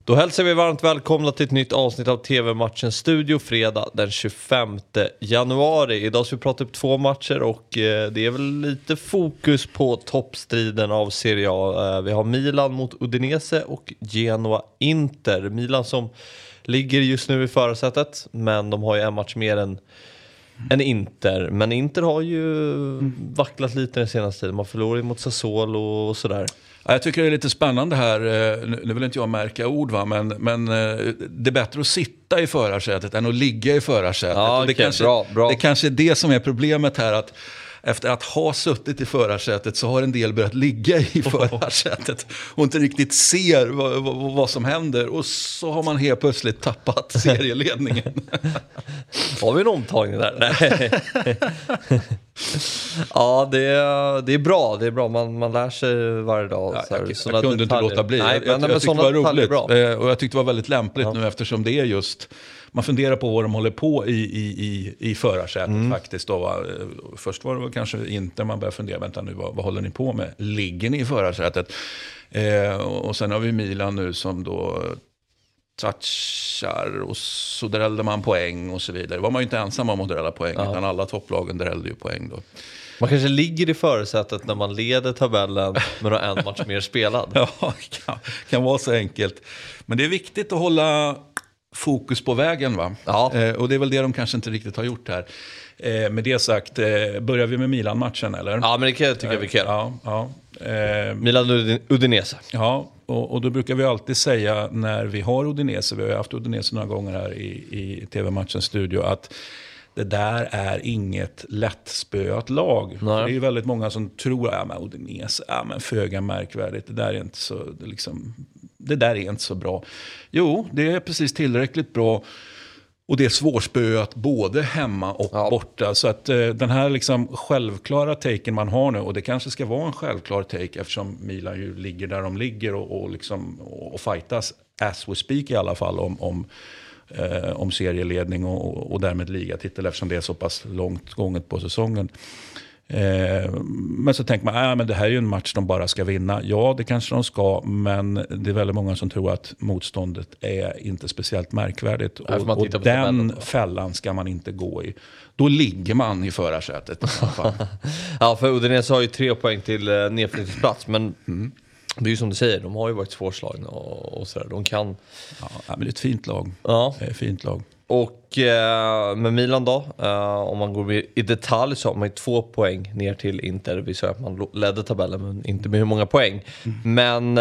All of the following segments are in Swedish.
Då hälsar vi varmt välkomna till ett nytt avsnitt av TV-matchen Studio fredag den 25 januari. Idag ska vi prata upp 2 matcher och det är väl lite fokus på toppstriden av Serie A. Vi har Milan mot Udinese och Genoa Inter. Milan som ligger just nu i förarsätet, men de har ju en match mer än Inter. Men Inter har ju vacklat lite den senaste tiden. Man förlorar mot Sassuolo och sådär. Ja, jag tycker det är lite spännande här. Nu vill inte jag märka ord, va? Men det är bättre att sitta i förarsätet än att ligga i förarsätet. Ja, och det, bra. det kanske är det som är problemet här, att efter att ha suttit i förarsätet så har en del börjat ligga i förarsätet och inte riktigt ser vad som händer. Och så har man helt plötsligt tappat serieledningen. Har vi en omtagning där? Nej. Ja, det är bra. Det är bra. Man lär sig varje dag. Ja, jag kunde inte låta bli. Nej, jag tyckte det var roligt. Och jag tyckte det var väldigt lämpligt nu, eftersom det är just... Man funderar på vad de håller på i förarsätet faktiskt. Då, va? Först var det väl kanske inte, man börjar fundera, vänta nu, vad håller ni på med? Ligger ni i förarsätet? Och sen har vi Milan nu som då touchar och så drällde man poäng och så vidare. Var man ju inte ensam om att drälla poäng, utan alla topplagen drällde ju poäng då. Man kanske ligger i förarsätet när man leder tabellen med en match mer spelad. Ja, kan vara så enkelt. Men det är viktigt att hålla fokus på vägen, va? Ja. Och det är väl det de kanske inte riktigt har gjort här. Med det sagt, börjar vi med Milan-matchen, eller? Ja, men det tycker jag vi kan. Ja. Milan-Udinese. Ja, och då brukar vi alltid säga när vi har Udinese, vi har ju haft Udinese några gånger här i TV-matchens studio, att det där är inget lättspöat lag. Det är ju väldigt många som tror att Udinese, men föga märkvärdigt, det där är inte så det där är inte så bra. Jo, det är precis tillräckligt bra. Och det är svårspöat både hemma och borta. Så att den här liksom självklara taken man har nu, och det kanske ska vara en självklar take eftersom Milan ju ligger där de ligger och fightas as we speak i alla fall om serieledning och därmed ligatitel, eftersom det är så pass långt gånget på säsongen. Men så tänker man, men det här är ju en match de bara ska vinna. Ja, det kanske de ska, men det är väldigt många som tror att motståndet är inte speciellt märkvärdigt. Och den fällan ska man inte gå i. Då ligger man i förarsätet i alla fall. Ja, för Udinese har ju 3 poäng till nedflyttningsplats, men det är ju som du säger, de har ju varit svårslagna och sådär. De kan... Ja, men det är ett fint lag. Ja. Det är ett fint lag. Och med Milan då, om man går i detalj så har man ju 2 poäng ner till Inter. Vi sa att man ledde tabellen, men inte med hur många poäng. Men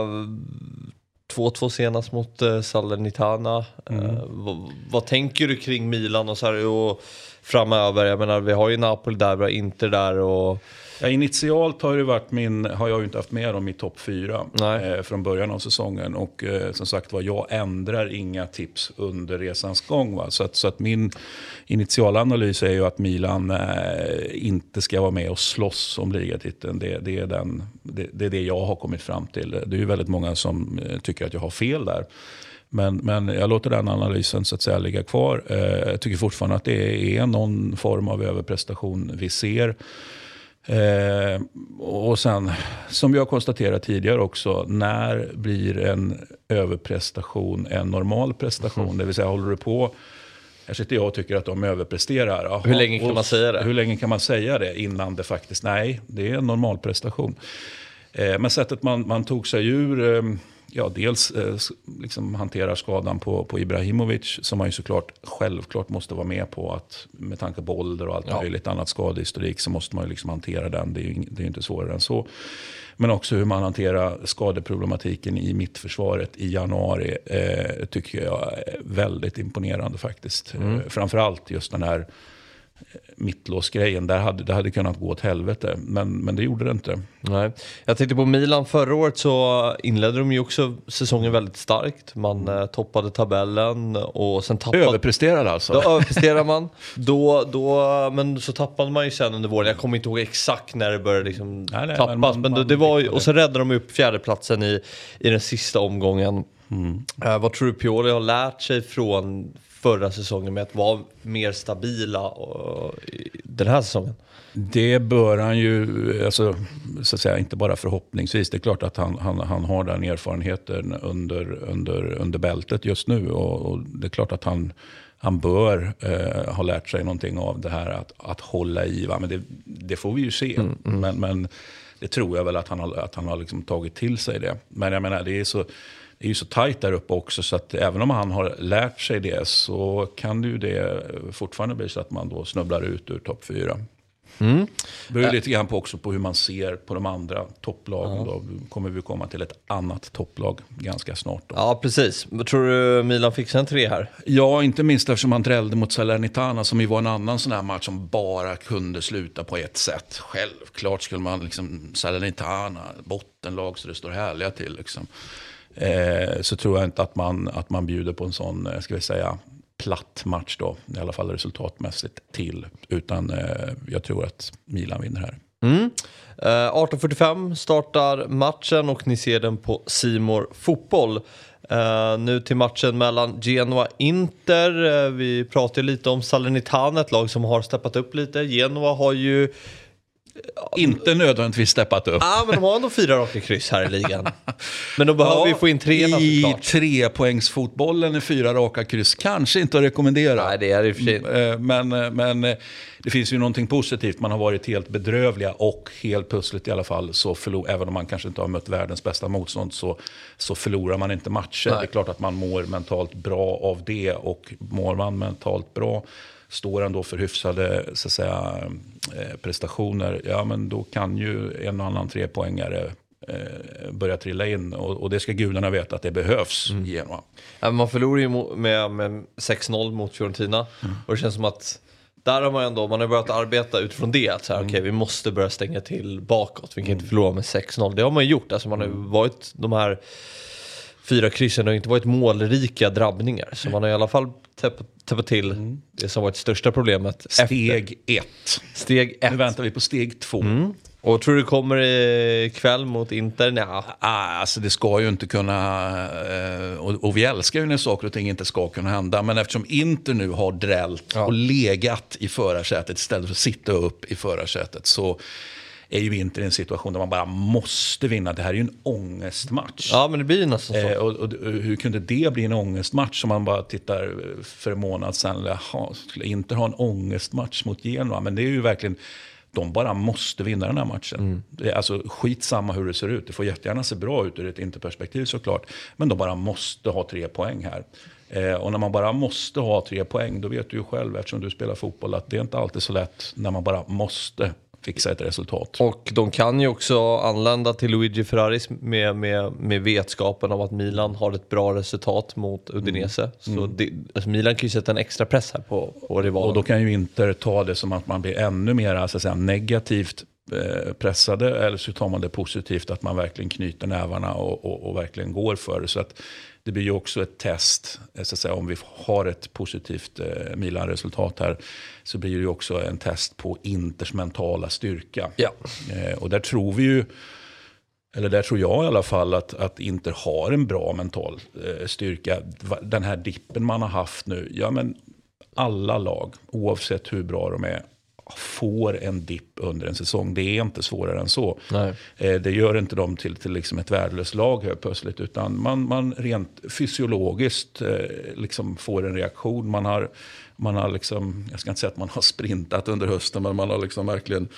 2-2 senast mot Salernitana. Vad tänker du kring Milan och så här, och framöver? Jag menar, vi har ju Napoli där, vi har Inter där och... Ja, initialt har jag ju inte haft med dem i topp 4 från början av säsongen, och som sagt jag ändrar inga tips under resans gång, va? Så att min initiala analys är ju att Milan inte ska vara med och slåss om ligatiteln. Det är det jag har kommit fram till. Det är ju väldigt många som tycker att jag har fel där. Men jag låter den analysen så att säga ligga kvar. Jag tycker fortfarande att det är någon form av överprestation vi ser. Och sen, som vi har konstaterat tidigare också, när blir en överprestation en normal prestation? Det vill säga, håller du på, här sitter jag och tycker att de överpresterar. Aha, hur länge kan man säga det? Hur länge kan man säga det innan det faktiskt, nej, det är en normal prestation. Men sättet man tog sig ur, dels liksom hanterar skadan på Ibrahimovic, som man ju självklart måste vara med på, att med tanke på ålder och allt möjligt annat skadehistorik, så måste man ju liksom hantera den. Det är inte svårare än så. Men också hur man hanterar skadeproblematiken i mittförsvaret i januari tycker jag är väldigt imponerande faktiskt. Framförallt just den här mittlåsgrejen, det hade kunnat gå åt helvete, men det gjorde det inte. Nej. Jag tänkte på Milan förra året, så inledde de ju också säsongen väldigt starkt. Man toppade tabellen och sen överpresterade alltså. Då överpresterade man. Men så tappade man ju sen under våren. Jag kommer inte ihåg exakt när det började liksom tappas, men det var ju, och så räddade de upp fjärdeplatsen i den sista omgången. Vad tror du Pioli har lärt sig från förra säsongen med att vara mer stabila den här säsongen? Det bör han ju, alltså, så att säga, inte bara förhoppningsvis. Det är klart att han har den erfarenheten under bältet just nu. Och det är klart att han bör ha lärt sig någonting av det här att hålla i. Va? Men det får vi ju se. Men det tror jag väl att han har liksom tagit till sig det. Men jag menar, det är ju så tajt där uppe också, så att även om han har lärt sig det så kan det ju det fortfarande bli så att man då snubblar ut ur topp 4. Det beror lite grann på hur man ser på de andra topplagen. Då kommer vi komma till ett annat topplag ganska snart. Då. Ja, precis. Vad tror du Milan fixar en 3 här? Ja, inte minst eftersom man drällde mot Salernitana, som ju var en annan sån här match som bara kunde sluta på ett sätt. Självklart skulle man liksom, Salernitana, bottenlag så det står härliga till liksom. Så tror jag inte att man bjuder på en sån, ska vi säga, platt match då, i alla fall resultatmässigt till, utan jag tror att Milan vinner här. 18:45 startar matchen och ni ser den på C More Fotboll. Nu till matchen mellan Genoa och Inter. Vi pratade lite om Salernitana, ett lag som har steppat upp lite. Genoa har ju inte nödvändigtvis steppat upp. Ja, men de har ändå 4 raka kryss här i ligan. Men då behöver vi få in 3 i 3-poängsfotbollen är 4 raka kryss kanske inte att rekommendera. Nej, det är det för sig. Men det finns ju någonting positivt. Man har varit helt bedrövliga och helt plötsligt i alla fall så även om man kanske inte har mött världens bästa motstånd så förlorar man inte matcher. Nej. Det är klart att man mår mentalt bra av det, och mår man mentalt bra, står ändå för hyfsade, så att säga, prestationer, ja men då kan ju en och annan 3-poängare börja trilla in, och det ska gudarna veta att det behövs genom. Ja, man förlorar ju med 6-0 mot Fiorentina, och det känns som att där har man har börjat arbeta utifrån det, att så här, okej, vi måste börja stänga till bakåt, vi kan inte förlora med 6-0. Det har man ju gjort, alltså man har varit de här 4 kryssen har inte varit målrika drabbningar, så man har i alla fall täppat till det som var det största problemet. Steg 1. Nu väntar vi på steg 2. Och tror du det kommer ikväll mot Inter? Nej. Alltså det ska ju inte kunna, och vi älskar ju när saker och ting inte ska kunna hända, men eftersom Inter nu har drällt och legat i förarsätet istället för att sitta upp i förarsätet, så är ju Inter i en situation där man bara måste vinna. Det här är ju en ångestmatch. Ja, men det blir ju nästan så. Och hur kunde det bli en ångestmatch som man bara tittar för en månad sedan? Skulle Inter ha en ångestmatch mot Genoa? Men det är ju verkligen, de bara måste vinna den här matchen. Det är alltså skitsamma hur det ser ut. Det får jättegärna se bra ut ur ett Interperspektiv såklart. Men de bara måste ha 3 poäng här. Och när man bara måste ha 3 poäng, då vet du ju själv, eftersom du spelar fotboll, att det är inte alltid så lätt när man bara måste fixa ett resultat. Och de kan ju också anlända till Luigi Ferraris med vetskapen om att Milan har ett bra resultat mot Udinese. Så alltså Milan kan ju sätta en extra press här på rivalen. Och då kan ju Inter ta det som att man blir ännu mer, så att säga, negativt pressade, eller så tar man det positivt att man verkligen knyter nävarna och verkligen går för det. Så att det blir ju också ett test, så att säga, om vi har ett positivt Milan-resultat här, så blir det ju också en test på Inters mentala styrka. Ja. Och där tror vi ju, eller där tror jag i alla fall, att Inter har en bra mental styrka. Den här dippen man har haft nu, ja men alla lag, oavsett hur bra de är, får en dipp under en säsong. Det är inte svårare än så. Nej. Det gör inte dem till liksom ett värdelöst lag här plötsligt, utan man rent fysiologiskt liksom får en reaktion. Man har liksom, jag ska inte säga att man har sprintat under hösten, men man har liksom verkligen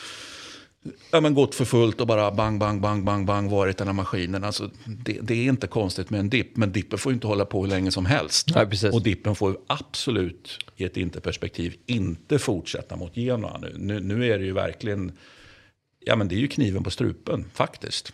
gått för fullt och bara bang, bang, bang, bang, bang varit den här maskinen. Alltså, det är inte konstigt med en dipp, men dippen får inte hålla på hur länge som helst. Nej, precis. Och dippen får absolut i ett Interperspektiv inte fortsätta mot Genoa. Nu är det ju verkligen, ja men det är ju kniven på strupen faktiskt.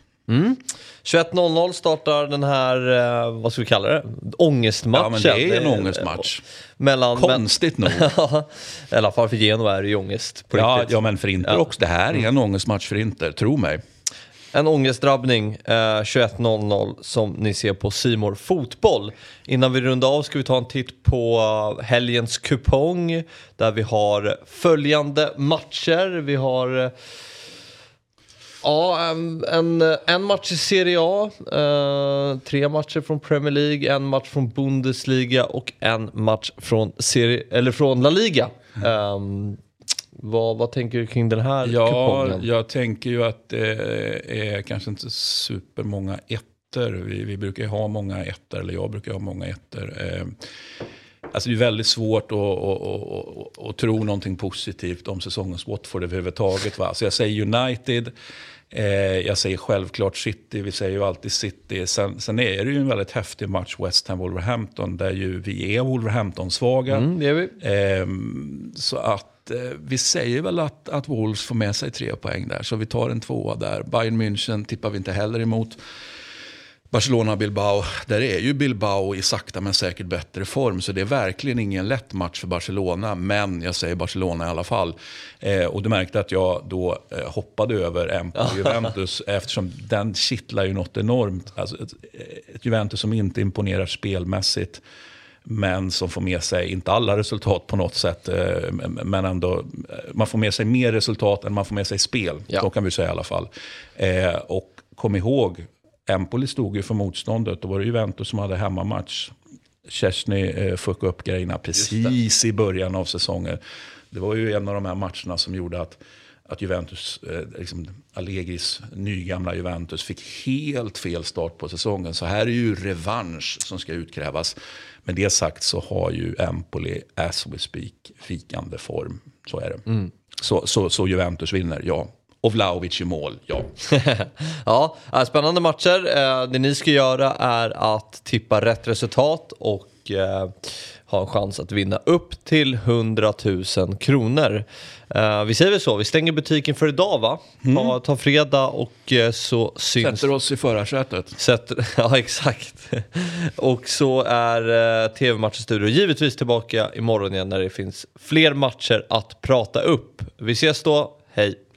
21:00 startar den här, vad ska vi kalla det? Ångestmatchen. Ja, men det är en ångestmatch. Konstigt nog. I alla fall för Genoa är det ju ångest på riktigt. Ja, men för Inter också. Det här är en ångestmatch för Inter, tro mig. En ångestdrabbning 21:00 som ni ser på C More Fotboll. Innan vi rundar av ska vi ta en titt på helgens kupong där vi har följande matcher. Vi har Ja, en match i Serie A, 3 matcher från Premier League, en match från Bundesliga och en match från La Liga. Vad tänker du kring den här kupongen? Jag tänker ju att det är kanske inte supermånga ettor. Vi brukar ju ha många ettor, eller jag brukar ha många ettor. Alltså det är väldigt svårt att tro någonting positivt om säsongens Watford överhuvudtaget. Va? Så jag säger United, jag säger självklart City, vi säger ju alltid City. Sen är det ju en väldigt häftig match, West Ham-Wolverhampton, där ju vi är Wolverhampton-svaga. Det är vi. Så att vi säger väl att Wolves får med sig 3 poäng där, så vi tar en 2 där. Bayern München tippar vi inte heller emot. Barcelona-Bilbao, där är ju Bilbao i sakta men säkert bättre form, så det är verkligen ingen lätt match för Barcelona, men jag säger Barcelona i alla fall. Och du märkte att jag då hoppade över Empoli-Juventus eftersom den kittlar ju något enormt. Alltså ett Juventus som inte imponerar spelmässigt, men som får med sig, inte alla resultat på något sätt, men ändå, man får med sig mer resultat än man får med sig spel, så kan vi säga i alla fall. Och kom ihåg, Empoli stod ju för motståndet. Då var det Juventus som hade hemmamatch. Chesney fuckade upp grejerna precis i början av säsongen. Det var ju en av de här matcherna som gjorde att Juventus, liksom Allegris nygamla Juventus, fick helt fel start på säsongen. Så här är ju revansch som ska utkrävas. Men det sagt så har ju Empoli, as we speak, vikande form. Så är det. Så Juventus vinner, ja. Och Vlahovic i mål, ja. Ja, spännande matcher. Det ni ska göra är att tippa rätt resultat och ha en chans att vinna upp till 100 000 kronor. Vi säger väl så, vi stänger butiken för idag, va? Ta fredag och så syns... Sätter oss i förarsätet. Ja, exakt. Och så är TV-matchstudio givetvis tillbaka imorgon igen när det finns fler matcher att prata upp. Vi ses då, hej!